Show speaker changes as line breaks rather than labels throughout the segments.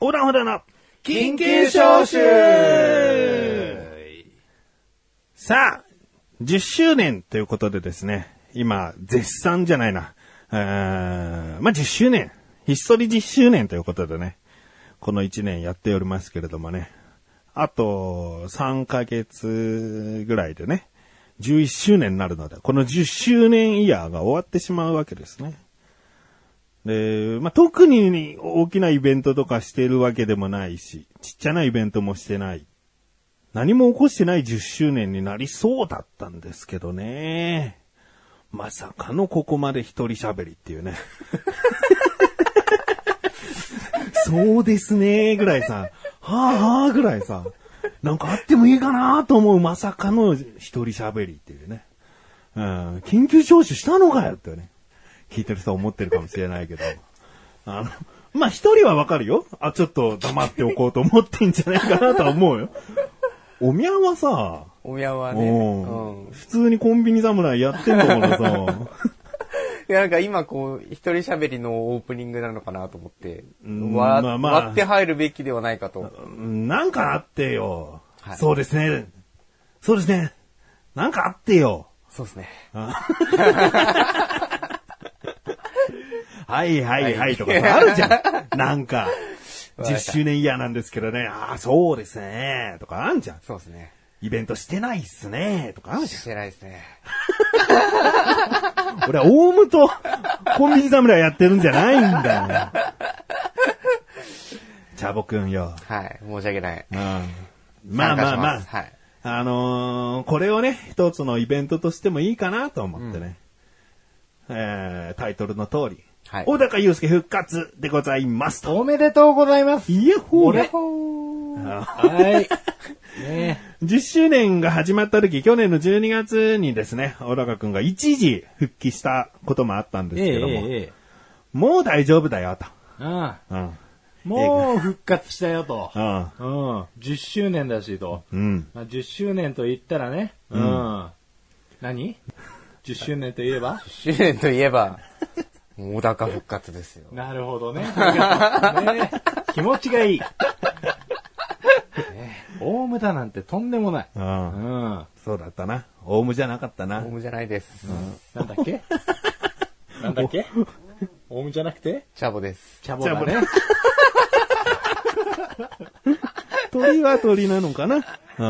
横断歩道の
緊急招集。
さあ、10周年ということでですね、今、絶賛じゃないな。10周年。ひっそり10周年ということでね、この1年やっておりますけれどもね、あと3ヶ月ぐらいでね、11周年になるので、この10周年イヤーが終わってしまうわけですね。で、特に大きなイベントとかしてるわけでもないし、ちっちゃなイベントもしてない。何も起こしてない10周年になりそうだったんですけどね。まさかのここまで一人喋りっていうね。そうですねぐらいさ、はぁぐらいさ、なんかあってもいいかなと思うまさかの一人喋りっていうね。緊急招集したのかよってね。聞いてる人は思ってるかもしれないけど。一人はわかるよ。ちょっと黙っておこうと思ってんじゃないかなとは思うよ。おみゃはさ、
おみゃはね、
普通にコンビニ侍やってんだからさ。
いや、なんか今こう、一人喋りのオープニングなのかなと思って、割って入るべきではないかと。
なんかあってよ。
はい、
そうですね。そうですね。なんかあってよ。
そうですね。
はいはいはいとかあるじゃん。なんか、10周年イヤーなんですけどね。そうですね。とかあるじゃん。
そうですね。
イベントしてないっすね。とかあるじゃん。
してないですね。
俺はオウムとコンビニ侍やってるんじゃないんだよ。チャボくんよ。
はい、申し訳ない。
はい。これをね、一つのイベントとしてもいいかなと思ってね。タイトルの通り。はい、小高祐介復活でございますと。
おめでとうございます。
イエホー。
はい。
ね、10周年が始まった時、去年の12月にですね、小高くんが一時復帰したこともあったんですけども、もう大丈夫だよと。
もう復活したよと。10周年だしと。10周年と言ったらね。何 ?10 周年といえば
?10 周年といえば、小高復活ですよ。
なるほどね。ね気持ちがいい。オウムだなんてとんでもない。
そうだったな。オウムじゃなかったな。
オウムじゃないです。
なんだっけなんだっけオウムじゃなくて
チャボです。
チャボだね。
鳥は鳥なのかな。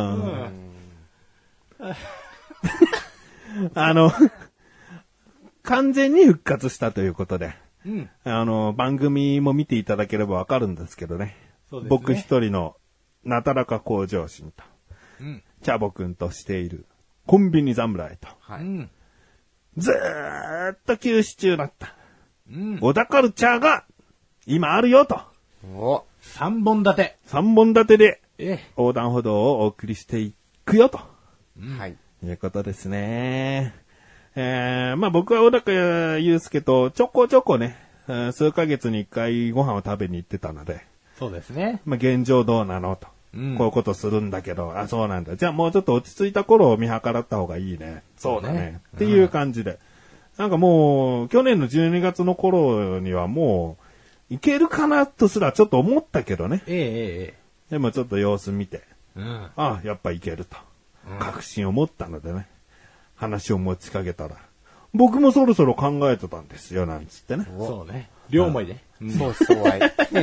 完全に復活したということで、番組も見ていただければわかるんですけどね。僕一人のなだらか向上心と、チャボくんとしているコンビニ侍と、ずーっと休止中だった、小田カルチャーが今あるよと。
3本立て。
3本立てで横断歩道をお送りしていくよと、いうことですね。僕は小高祐介とちょこちょこね、数ヶ月に1回ご飯を食べに行ってたので、
そうですね。
現状どうなのと、こういうことするんだけど、そうなんだ。じゃあもうちょっと落ち着いた頃を見計らった方がいいね。そうだね。っていう感じで。なんかもう、去年の12月の頃にはもう、いけるかなとすらちょっと思ったけどね。でもちょっと様子見て、やっぱいけると。確信を持ったのでね。話を持ちかけたら、僕もそろそろ考えてたんですよ、なんつってね。
そうね。両思いで。
そうはい。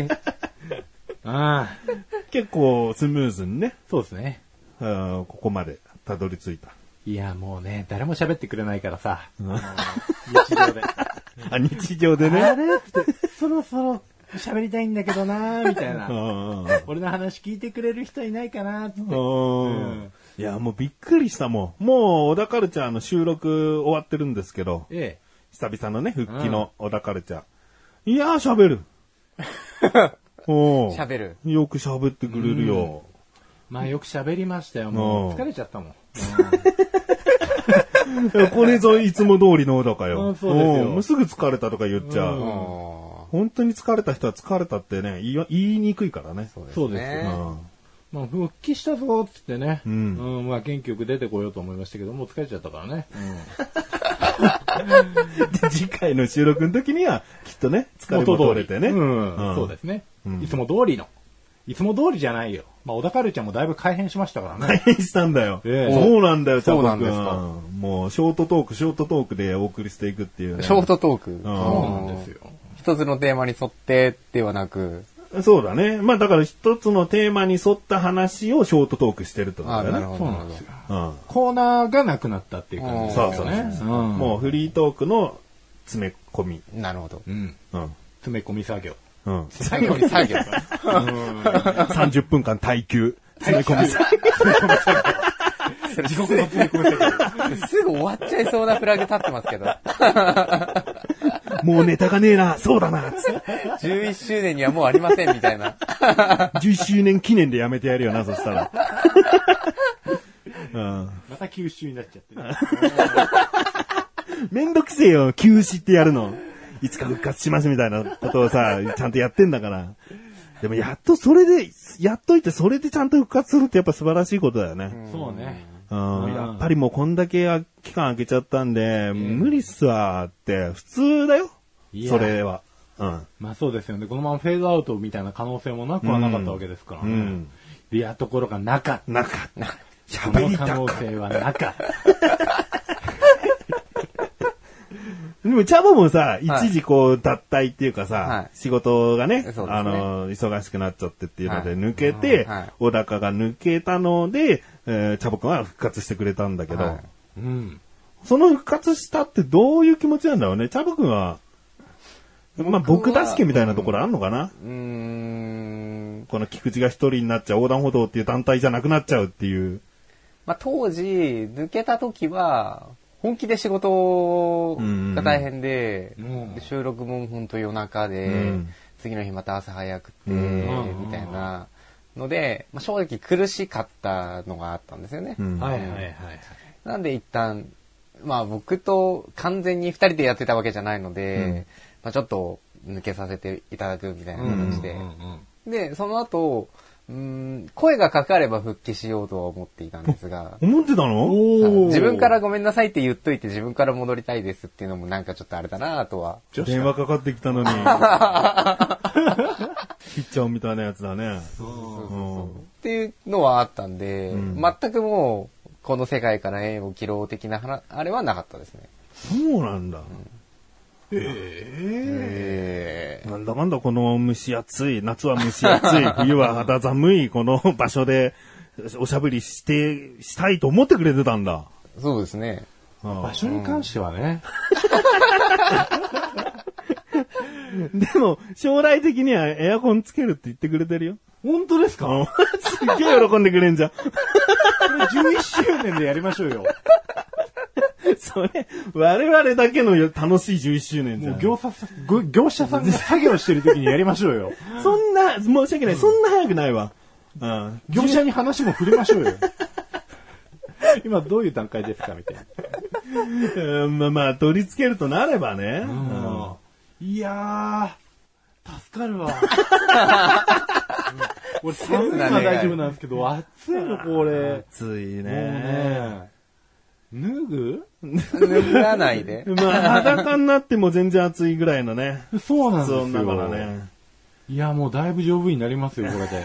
結構スムーズにね。
そうですね。
ここまでたどり着いた。
いや、もうね、誰も喋ってくれないからさ。日常で。
日常でね。
あれってそろそろ喋りたいんだけどなみたいな。俺の話聞いてくれる人いないかなって。
いや、もうびっくりしたもん。もう、小田カルチャーの収録終わってるんですけど、久々のね、復帰の小田カルチャー。いやー、喋る。
喋る。
よく喋ってくれるよ。
よく喋りましたよ。もう疲れちゃったもん。
これぞいつも通りの小高よ。
そうですよ。
もうすぐ疲れたとか言っちゃう。本当に疲れた人は疲れたってね、言いにくいからね。
そうですよ。復帰したぞっつってね、元気よく出てこようと思いましたけど、もう疲れちゃったからね。
次回の収録の時にはきっとね、疲れも取れてね。
そうですね。いつも通りのいつも通りじゃないよ。まあ、小田カルちゃんもだいぶ改変しましたからね。
改変したんだよ。そうなんだよ、
そうなんですか。
もう、ショートトークでお送りしていくっていうね。
ショートトーク。
そうなんですよ。
一つのテーマに沿ってではなく。
そうだね。まあだから一つのテーマに沿った話をショートトークしてるってことだよね。
なるほど。
そうなんですよ。コーナーがなくなったっていう感じですよね。
もうフリートークの詰め込み。
なるほど。
詰め込み作業。
作業。
30分間耐久。詰め込み作業。
地獄の詰め込み作業。
すぐ終わっちゃいそうなフラグ立ってますけど。
もうネタがねえな、そうだな。
11周年にはもうありませんみたいな。
11周年記念でやめてやるよな、そしたら。
また休止になっちゃってね。
めんどくせえよ、休止ってやるの。いつか復活しますみたいなことをさ、ちゃんとやってんだから。でもやっとそれで、やっといてそれでちゃんと復活するってやっぱ素晴らしいことだよね。
そうね。
やっぱりもうこんだけ期間空けちゃったんで、無理っすわーって普通だよ。それは。
まあそうですよね。このままフェードアウトみたいな可能性もなくはなかったわけですからね。いや、ところがなかった。
喋りたかった。
可能性はなかった。
でも、チャボもさ、一時こう、脱退っていうかさ、仕事がね、忙しくなっちゃってっていうので抜けて、小高が抜けたので、チャボくんは復活してくれたんだけど、その復活したってどういう気持ちなんだろうね。チャボくんは、まあ、僕助けみたいなところあんのかな？この菊池が一人になっちゃう、横断歩道っていう団体じゃなくなっちゃうっていう。
まあ、当時、抜けた時は、本気で仕事が大変で、収録も本当夜中で、次の日また朝早くて、みたいなので、まあ、正直苦しかったのがあったんですよね。なんで一旦、まあ僕と完全に二人でやってたわけじゃないので、まあ、ちょっと抜けさせていただくみたいな形で。で、その後、声がかかれば復帰しようとは思っていたんですが。
思ってたの？
自分からごめんなさいって言っといて自分から戻りたいですっていうのもなんかちょっとあれだなとは。
電話かかってきたのに。切っちゃうみたいなやつだね。
っていうのはあったんで、全くもうこの世界から縁を切ろう的なあれはなかったですね。
そうなんだ。なんだかんだこの蒸し暑い、夏は蒸し暑い、冬は肌寒い、この場所でおしゃべりしたいと思ってくれてたんだ。
そうですね。
場所に関してはね。
でも、将来的にはエアコンつけるって言ってくれてるよ。
本当ですか？
すっげえ喜んでくれんじゃん。こ
れ11周年でやりましょうよ。
それ、我々だけの楽しい11周年じゃん。
もう業者さんが作業してる時にやりましょうよ。
そんな、申し訳ない。そんな早くないわ。
業者に話も振りましょうよ。今どういう段階ですかみたい
な。まあ、取り付けるとなればね。
いやー、助かるわ。俺寒いのは大丈夫なんですけど、暑いのこれ。
暑いね。
脱ぐ？
脱がないで。
まあ、裸になっても全然暑いぐらいのね。
そうなんですよ。
だからね。
いや、もうだいぶ丈夫になりますよ、これ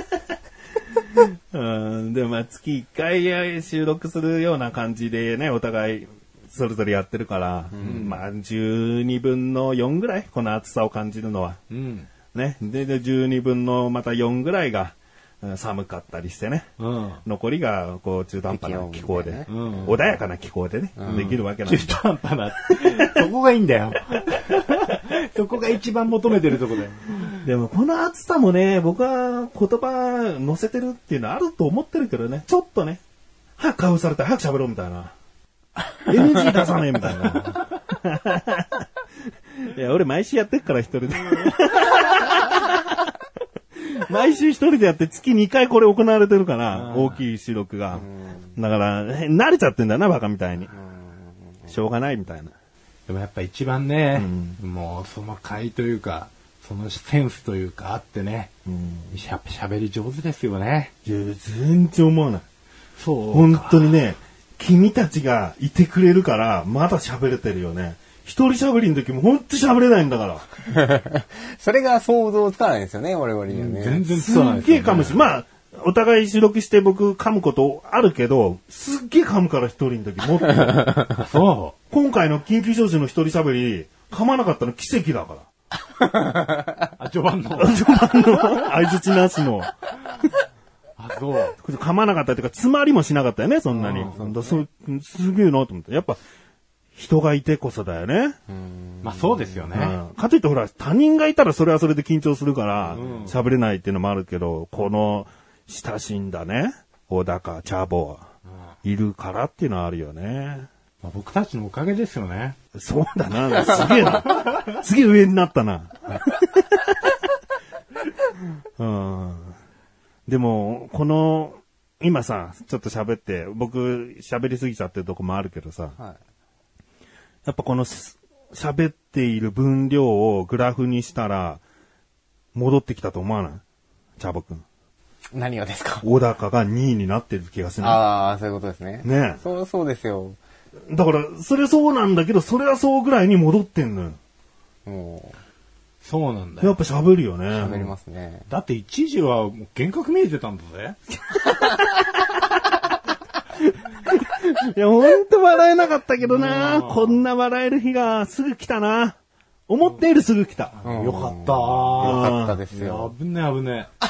で。でもまあ、月1回収録するような感じでね、お互いそれぞれやってるから、まあ、12分の4ぐらい、この暑さを感じるのは。ね。で、12分のまた4ぐらいが、寒かったりしてね、残りがこう中途半端な気候で、穏やかな気候でね、できるわけなんだ。
中途半端な。そこがいいんだよ。そこが一番求めてるとこだよ。
でもこの暑さもね、僕は言葉乗せてるっていうのはあると思ってるけどね、ちょっとね、早く解放されたら早く喋ろうみたいな。NG 出さねえみたいな。いや、俺毎週やってっから一人で。毎週一人でやって月2回これ行われてるから、大きい収録が。だから、慣れちゃってんだよな、バカみたいに。しょうがないみたいな。
でもやっぱ一番ね、もうその回というか、そのセンスというかあってね、喋り上手ですよね。
いや、全然思わない。
そう。
本当にね、君たちがいてくれるから、まだ喋れてるよね。 一人喋りの時もほんと喋れないんだから。
それが想像つかないんですよね、我々にはね。
全然つかないですよね。
すっげえ噛むし、まあ、お互い収録して僕噛むことあるけど、すっげえ噛むから一人の時もっと。
そう。
今回の緊急招集の一人喋り、噛まなかったの奇跡だから。
あ、序盤の。
相づちなしの。
あ、そう。
噛まなかったっていうか、詰まりもしなかったよね、そんなに。すげえなと思って。やっぱ、人がいてこそだよね。
まあそうですよね。
かといってほら、他人がいたらそれはそれで緊張するから、喋れないっていうのもあるけど、この、親しんだね、小高、茶坊、いるからっていうのはあるよね。
まあ、僕たちのおかげですよね。
そうだな、すげえな。すげえ上になったな。でも、この、今さ、ちょっと喋って、僕喋りすぎちゃってるとこもあるけどさ、はい、やっぱこの喋っている分量をグラフにしたら、戻ってきたと思わない？茶坊くん。
何がですか？
小高が2位になってる気がする。
ああ、そういうことですね。
ねえ。
そうですよ。
だから、それそうなんだけど、それはそうぐらいに戻ってんのよ。
そうなんだよ。
やっぱ喋るよね。
喋りますね。
だって一時はもう幻覚見えてたんだぜ。
いや、ほんと笑えなかったけどな。こんな笑える日がすぐ来たな。思っているすぐ来た。
よかった。
よかったですよ。
危ねえ危ねえ。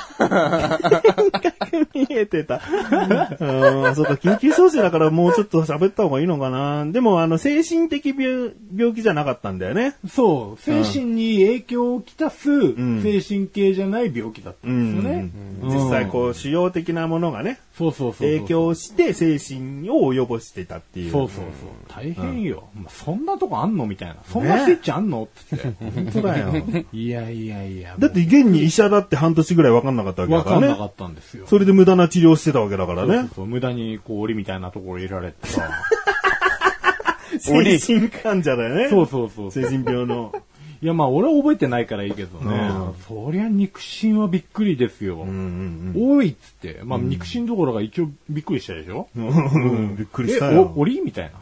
見えてた。そうか、緊急招集だからもうちょっと喋った方がいいのかな。でも、精神的病気じゃなかったんだよね。
そう。精神に影響をきたす、精神系じゃない病気だったんですよね。
実際、こう、主要的なものがね、
そう
影響して精神を及ぼしてたっていう。
そう。大変よ。そんなとこあんのみたいな。そんなスイッチあんのって。
本当だよ。
いや。
だって現に医者だって半年ぐらい分かんなかったわけだからね。
分かんなかったんですよ。
それで無駄な治療してたわけだからね。
そう無駄にこう檻みたいなところ入れられてさ。
精神患者だよね。
そう。
精神病の。
いやまあ俺は覚えてないからいいけどね。そりゃ肉親はびっくりですよ。多いっつって。まあ肉親どころが一応びっくりしたでしょ。
びっくりしたよ。
檻みたいな。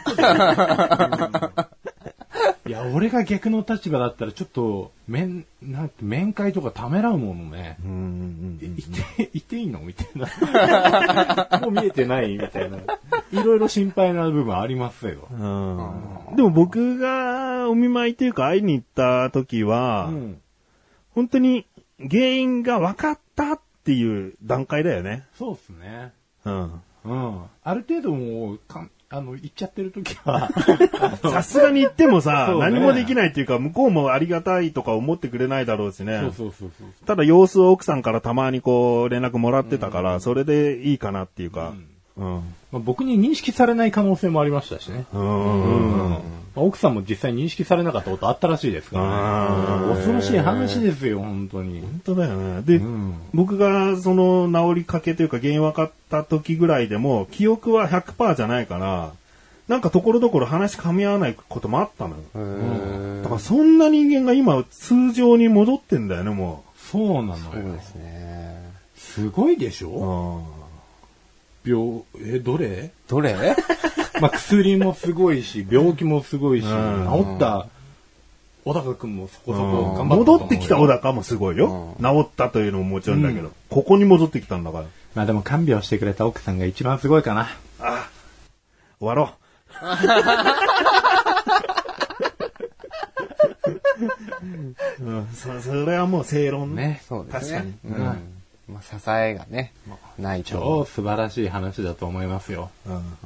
いや、俺が逆の立場だったらちょっと、面会とかためらうものね。いていいのみたいな。もう見えてないみたいな。いろいろ心配な部分ありますよ。
でも僕がお見舞いというか会いに行った時は、本当に原因が分かったっていう段階だよね。
そうっすね。
あ
る程度もう、行っちゃってる時は
さすがに言ってもさ、何もできないっていうか、向こうもありがたいとか思ってくれないだろうしね。
そう。
ただ様子を奥さんからたまにこう連絡もらってたから、それでいいかなっていうか。
僕に認識されない可能性もありましたしね。奥さんも実際認識されなかったことあったらしいですからね。恐ろしい話ですよ、本当に。
本当だよね。で、僕がその治りかけというか原因分かった時ぐらいでも、記憶は 100% じゃないから、なんかところどころ話噛み合わないこともあったのよ。だからそんな人間が今通常に戻ってんだよね、も
う。そうなのよ。
そうですね。
すごいでしょ？どれまあ薬もすごいし、病気もすごいし、治った小高くんもそこそこ頑張った。
戻ってきた小高もすごいよ。治ったというのももちろんだけど、ここに戻ってきたんだから。
まあでも看病してくれた奥さんが一番すごいかな。
終わろう。それはもう正論
ね。そうですね。確かに。支えがね、ないと。
超素晴らしい話だと思いますよ。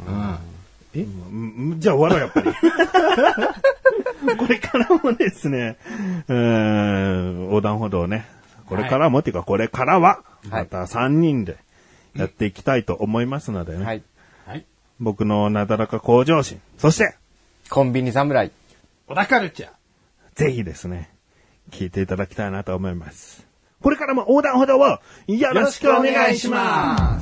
じゃあ終わろう、やっぱり。これからもですね、横断歩道ね、これからもっていうか、これからは、また3人でやっていきたいと思いますのでね。僕のなだらか向上心、そして、
コンビニ侍、
小田カルチャー。
ぜひですね、聞いていただきたいなと思います。これからも横断歩道をよろしくお願いします。